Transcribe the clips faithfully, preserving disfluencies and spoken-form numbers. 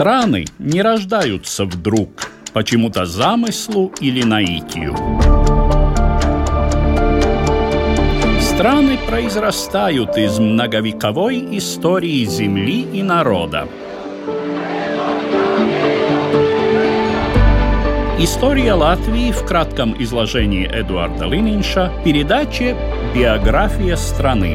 Страны не рождаются вдруг, почему-то замыслу или наитию. Страны произрастают из многовековой истории земли и народа. История Латвии в кратком изложении Эдуарда Лининша в передаче «Биография страны».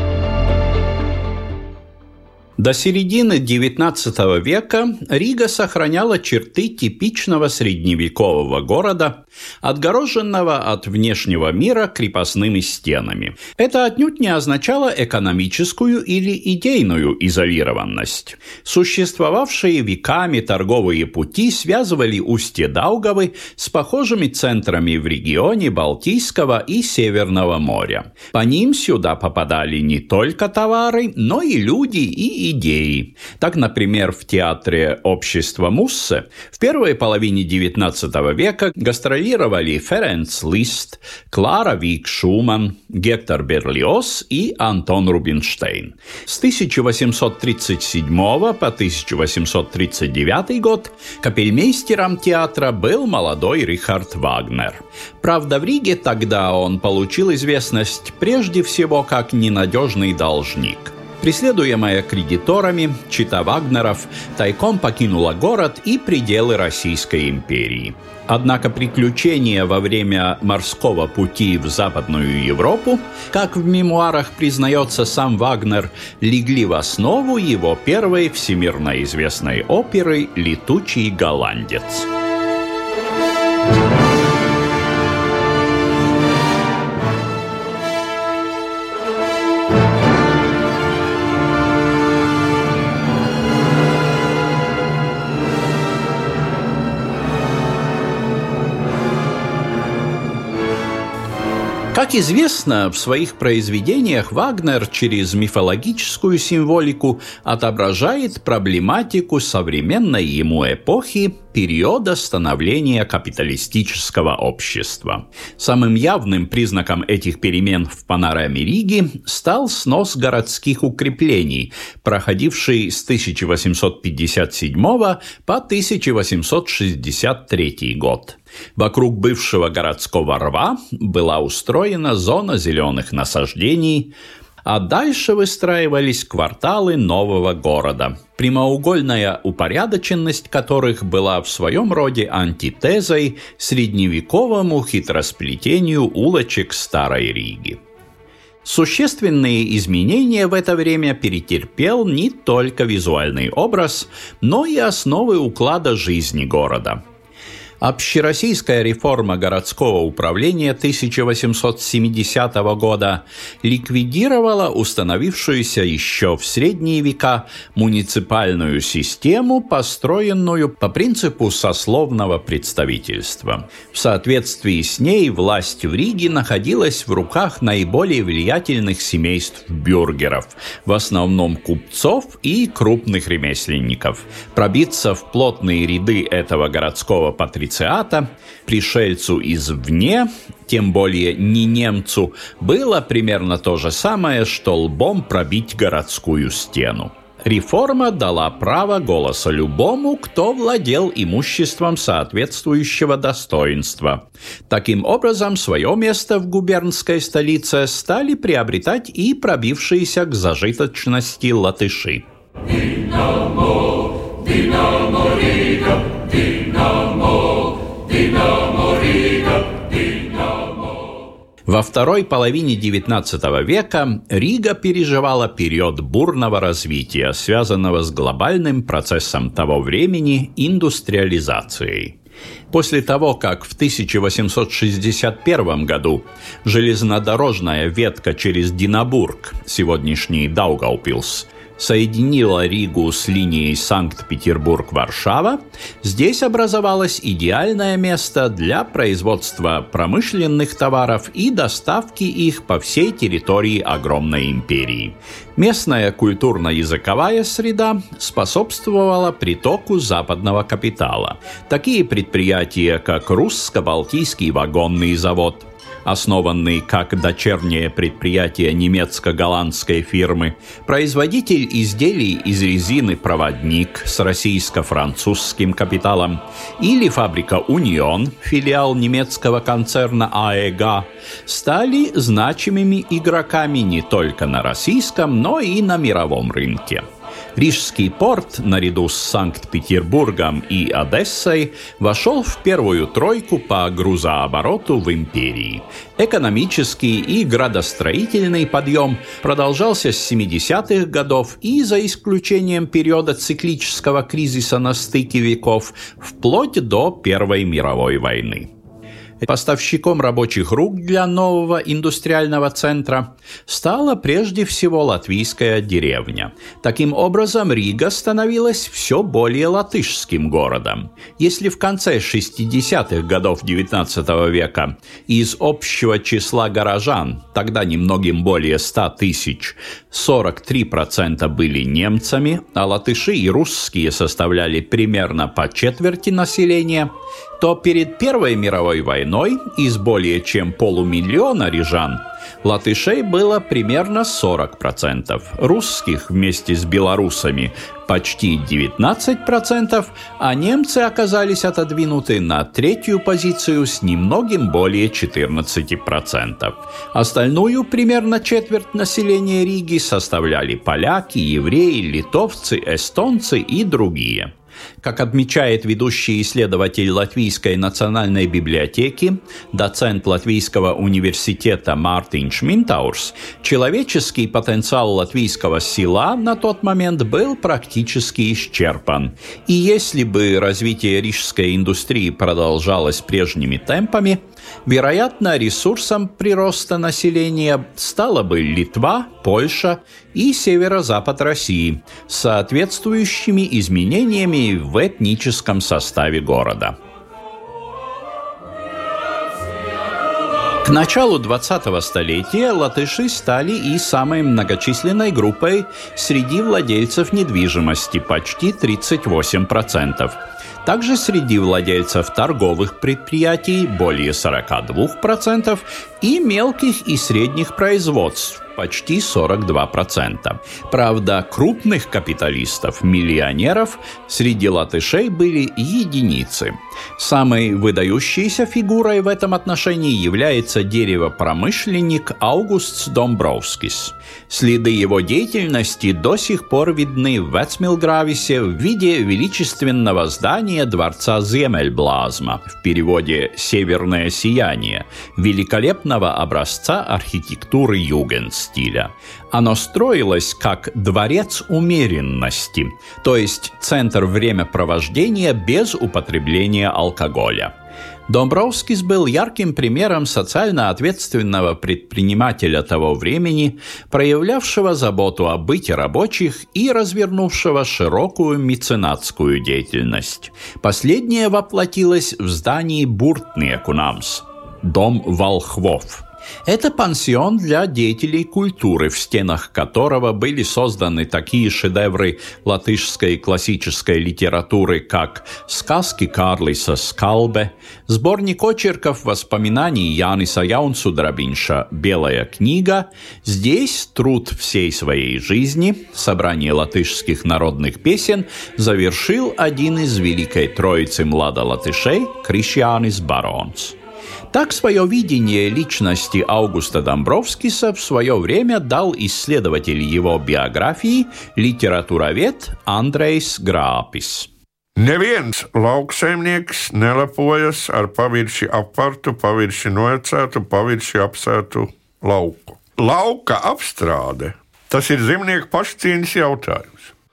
До середины девятнадцатого века Рига сохраняла черты типичного средневекового города, отгороженного от внешнего мира крепостными стенами. Это отнюдь не означало экономическую или идейную изолированность. Существовавшие веками торговые пути связывали устье Даугавы с похожими центрами в регионе Балтийского и Северного моря. По ним сюда попадали не только товары, но и люди и идеи. Так, например, в театре общества Муссе в первой половине девятнадцатого века гастролировали Ференц Лист, Клара Вик-Шуман, Гектор Берлиоз и Антон Рубинштейн. С тысяча восемьсот тридцать седьмого по тысяча восемьсот тридцать девятый год капельмейстером театра был молодой Рихард Вагнер. Правда, в Риге тогда он получил известность прежде всего как ненадежный должник. Преследуемая кредиторами, чета Вагнеров тайком покинула город и пределы Российской империи. Однако приключения во время морского пути в Западную Европу, как в мемуарах признается сам Вагнер, легли в основу его первой всемирно известной оперы «Летучий голландец». Как известно, в своих произведениях Вагнер через мифологическую символику отображает проблематику современной ему эпохи, периода становления капиталистического общества. Самым явным признаком этих перемен в панораме Риги стал снос городских укреплений, проходивший с тысяча восемьсот пятьдесят седьмого по тысяча восемьсот шестьдесят третий год. Вокруг бывшего городского рва была устроена зона зеленых насаждений, а дальше выстраивались кварталы нового города, прямоугольная упорядоченность которых была в своем роде антитезой средневековому хитросплетению улочек Старой Риги. Существенные изменения в это время перетерпел не только визуальный образ, но и основы уклада жизни города. Общероссийская реформа городского управления тысяча восемьсот семидесятого года ликвидировала установившуюся еще в средние века муниципальную систему, построенную по принципу сословного представительства. В соответствии с ней власть в Риге находилась в руках наиболее влиятельных семейств бюргеров, в основном купцов и крупных ремесленников. Пробиться в плотные ряды этого городского патрициата пришельцу извне, тем более не немцу, было примерно то же самое, что лбом пробить городскую стену. Реформа дала право голоса любому, кто владел имуществом соответствующего достоинства. Таким образом, свое место в губернской столице стали приобретать и пробившиеся к зажиточности латыши. Динамо, Динамо, Рига, Динамо, Динамо, Рига, Динамо. Во второй половине девятнадцатого века Рига переживала период бурного развития, связанного с глобальным процессом того времени – индустриализацией. После того, как в тысяча восемьсот шестьдесят первом году железнодорожная ветка через Динабург, сегодняшний Даугавпилс, соединила Ригу с линией Санкт-Петербург-Варшава, здесь образовалось идеальное место для производства промышленных товаров и доставки их по всей территории огромной империи. Местная культурно-языковая среда способствовала притоку западного капитала. Такие предприятия, как Русско-Балтийский вагонный завод, основанный как дочернее предприятие немецко-голландской фирмы, производитель изделий из резины «Проводник» с российско-французским капиталом или фабрика «Унион», филиал немецкого концерна АЭГ, стали значимыми игроками не только на российском, но и на мировом рынке. Рижский порт, наряду с Санкт-Петербургом и Одессой, вошел в первую тройку по грузообороту в империи. Экономический и градостроительный подъем продолжался с семидесятых годов и, за исключением периода циклического кризиса на стыке веков, вплоть до Первой мировой войны. Поставщиком рабочих рук для нового индустриального центра стала прежде всего латвийская деревня. Таким образом, Рига становилась все более латышским городом. Если в конце шестидесятых годов девятнадцатого века из общего числа горожан, тогда немногим более ста тысяч, сорок три процента были немцами, а латыши и русские составляли примерно по четверти населения, то перед Первой мировой войной из более чем полумиллиона рижан латышей было примерно сорок процентов, русских вместе с белорусами почти девятнадцать процентов, а немцы оказались отодвинуты на третью позицию с немногим более четырнадцать процентов. Остальную, примерно четверть населения Риги, составляли поляки, евреи, литовцы, эстонцы и другие. Как отмечает ведущий исследователь Латвийской национальной библиотеки, доцент Латвийского университета Мартинš Mintaurs, человеческий потенциал латвийского села на тот момент был практически исчерпан. И если бы развитие рижской индустрии продолжалось прежними темпами, вероятно, ресурсом прироста населения стала бы Литва, Польша и северо-запад России с соответствующими изменениями в этническом составе города. К началу двадцатого столетия латыши стали и самой многочисленной группой среди владельцев недвижимости, почти тридцать восемь процентов. Также среди владельцев торговых предприятий более сорок два процента и мелких и средних производств почти сорок два процента. Правда, крупных капиталистов, миллионеров среди латышей были единицы. Самой выдающейся фигурой в этом отношении является деревопромышленник Augusts Dombrovskis. Следы его деятельности до сих пор видны в Вецмилгрависе в виде величественного здания дворца Зиемельблазма, в переводе «Северное сияние», великолепного образца архитектуры югенстиля. Оно строилось как дворец умеренности, то есть центр времяпровождения без употребления алкоголя. Домбровскис был ярким примером социально ответственного предпринимателя того времени, проявлявшего заботу о быте рабочих и развернувшего широкую меценатскую деятельность. Последняя воплотилась в здании Буртниекунамс – Дом волхвов. Это пансион для деятелей культуры, в стенах которого были созданы такие шедевры латышской классической литературы, как «Сказки Карлиса Скалбе», сборник очерков воспоминаний Яниса Jaunsudrabiņša «Белая книга». Здесь труд всей своей жизни, собрание латышских народных песен, завершил один из Великой Троицы младолатышей Krišjānis Barons. Так свое видение личности Аугуста Домбровскиса в свое время дал исследователь его биографии, литературовед Andrejs Grāpis. Neviens lauksaimnieks nelepojas ar pavirši apvartu, pavirši novecētu, pavirši apsētu lauku. Lauka apstrāde – tas ir zemnieku pašcieņas jautājums.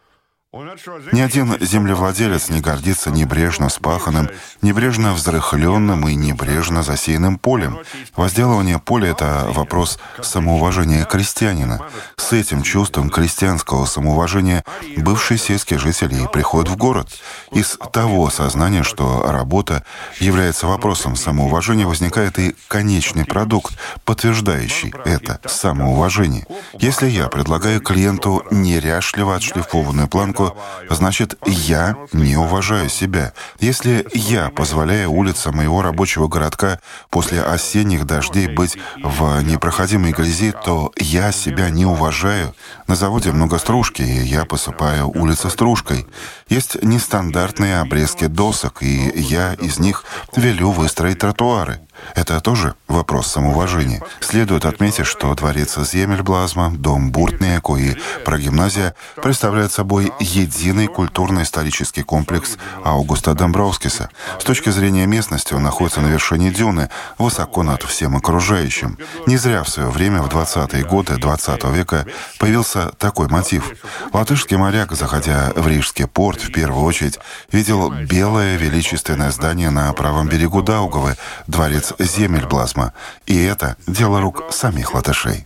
Ни один землевладелец не гордится небрежно спаханным, небрежно взрыхленным и небрежно засеянным полем. Возделывание поля — это вопрос самоуважения крестьянина. С этим чувством крестьянского самоуважения бывший сельский житель и приходит в город. Из того сознания, что работа является вопросом самоуважения, возникает и конечный продукт, подтверждающий это самоуважение. Если я предлагаю клиенту неряшливо отшлифованную планку, человеку, значит, я не уважаю себя. Если я позволяю улицам моего рабочего городка после осенних дождей быть в непроходимой грязи, то я себя не уважаю. На заводе много стружки, и я посыпаю улицы стружкой. Есть нестандартные обрезки досок, и я из них велю выстроить тротуары. Это тоже вопрос самоуважения. Следует отметить, что дворец Земельблазма, дом Буртниеку и прогимназия представляют собой единый культурно-исторический комплекс Аугуста Домбровскиса. С точки зрения местности он находится на вершине дюны, высоко над всем окружающим. Не зря в свое время, в двадцатые годы двадцатого века, появился такой мотив. Латышский моряк, заходя в Рижский порт, в первую очередь видел белое величественное здание на правом берегу Даугавы, дворец Земельблазма. И это дело рук самих латышей.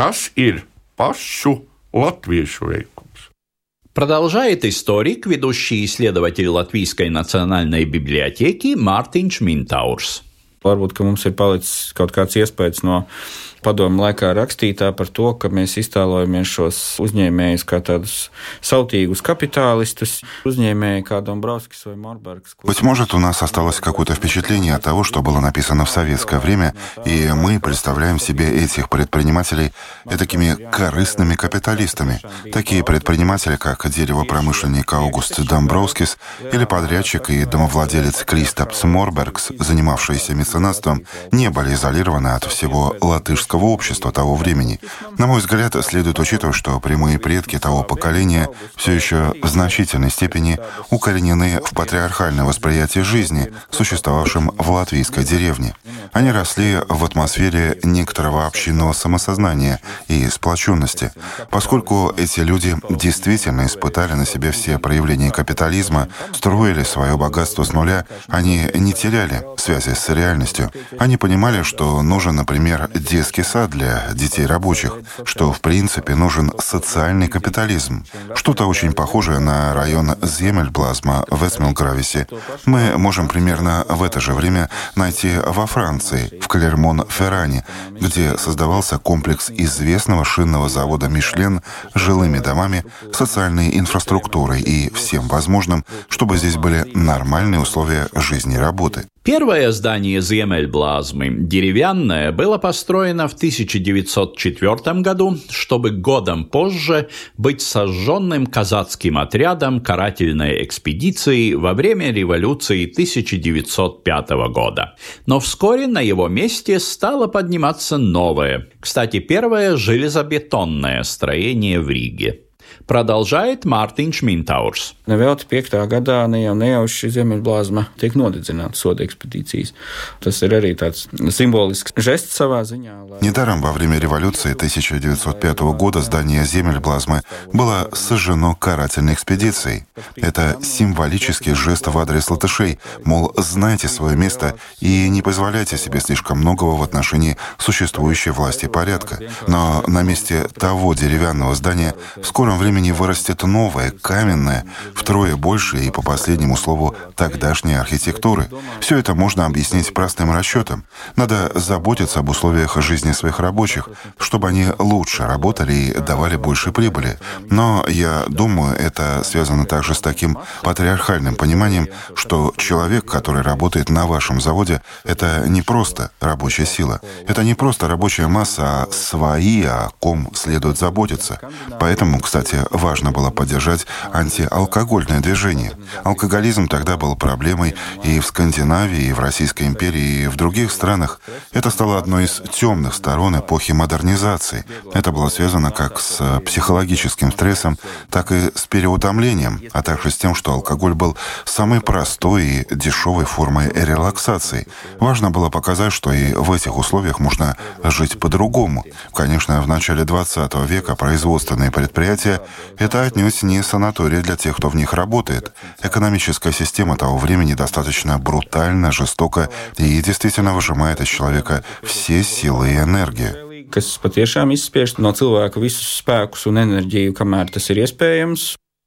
Продолжает историк, ведущий исследователь Латвийской национальной библиотеки Мārtiņš Mintaurs. Varbūt, ka mums ir palicis kaut kāds iespējas no padomu laikā rakstītā par to, ka mēs iztēlojamies šos uzņēmējus kā tādus sautīgus капиталистус, uzņēmēji kā Dombrovskis vai Морбергс. Быть может, у нас осталось какое-то впечатление от того, что было написано в советское время, и мы представляем себе этих предпринимателей такими корыстными капиталистами. Такие предприниматели, как деревопромышленник Аугуст Домбровскис или подрядчик и домовладелец Кристапс Морбергс, занимавшиеся меценатством, не были изолированы от всего латышского общества того времени. На мой взгляд, следует учитывать, что прямые предки того поколения все еще в значительной степени укоренены в патриархальное восприятие жизни, существовавшем в латвийской деревне. Они росли в атмосфере некоторого общинного самосознания и сплоченности. Поскольку эти люди действительно испытали на себе все проявления капитализма, строили свое богатство с нуля, они не теряли связи с реальностью. Они понимали, что нужен, например, детский сад для детей рабочих, что в принципе нужен социальный капитализм. Что-то очень похожее на район Земельблазма в Эсмилгрависе мы можем примерно в это же время найти во Франции, в Клермон-Ферране, где создавался комплекс известного шинного завода «Мишлен» с жилыми домами, социальной инфраструктурой и всем возможным, чтобы здесь были нормальные условия жизни и работы. Первое здание Земельблазмы, деревянное, было построено в тысяча девятьсот четвёртом году, чтобы годом позже быть сожженным казацким отрядом карательной экспедиции во время революции тысяча девятьсот пятого года. Но вскоре на его месте стало подниматься новое, кстати, первое железобетонное строение в Риге. Продолжает Mārtiņš Mintaurs. Nevēlti piektā gadā ne jau nejauši Zemļblāzma tiek nodedzināta soda ekspedīcijas. Tas ir arī tāds символический жест savā ziņā. Недаром во время революции тысяча девятьсот пятого года здание Земельблазмы было сожжено карательной экспедицией. Это символический жест в адрес латышей, мол, знайте свое место и не позволяйте себе слишком многого в отношении существующей власти и порядка. Но на месте того деревянного здания в скором времени вырастет новое, каменное, втрое больше и, по последнему слову, тогдашней архитектуры. Все это можно объяснить простым расчетом. Надо заботиться об условиях жизни своих рабочих, чтобы они лучше работали и давали больше прибыли. Но, я думаю, это связано также с таким патриархальным пониманием, что человек, который работает на вашем заводе, это не просто рабочая сила. Это не просто рабочая масса, а свои, о ком следует заботиться. Поэтому, кстати, важно было поддержать антиалкогольное движение. Алкоголизм тогда был проблемой и в Скандинавии, и в Российской империи, и в других странах. Это стало одной из темных сторон эпохи модернизации. Это было связано как с психологическим стрессом, так и с переутомлением, а также с тем, что алкоголь был самой простой и дешевой формой релаксации. Важно было показать, что и в этих условиях можно жить по-другому. Конечно, в начале двадцатого века производственные предприятия — это отнюдь не санаторий для тех, кто в них работает. Экономическая система того времени достаточно брутальна, жестока и действительно выжимает из человека все силы и энергию. Kas patiešām izspiež no cilvēka visus spēkus un enerģiju, kamēr tas ir iespējams.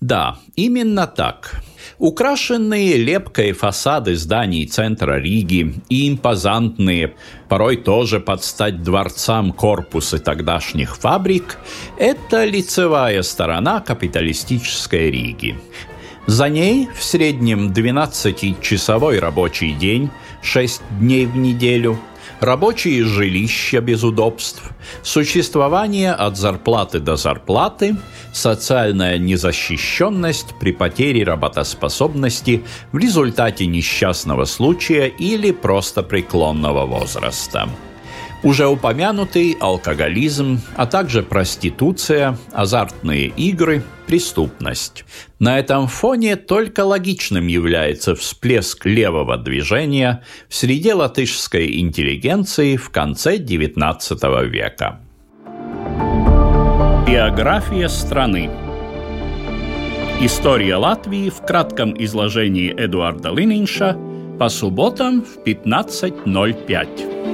Да, именно так. Украшенные лепкой фасады зданий центра Риги и импозантные, порой тоже под стать дворцам корпусы тогдашних фабрик – это лицевая сторона капиталистической Риги. За ней в среднем двенадцатичасовой рабочий день, шесть дней в неделю, рабочие жилища без удобств, существование от зарплаты до зарплаты, социальная незащищенность при потере работоспособности в результате несчастного случая или просто преклонного возраста. Уже упомянутый алкоголизм, а также проституция, азартные игры, преступность. На этом фоне только логичным является всплеск левого движения в среде латышской интеллигенции в конце девятнадцатого века. Биография страны. История Латвии в кратком изложении Эдуарда Лининша по субботам в пятнадцать ноль пять.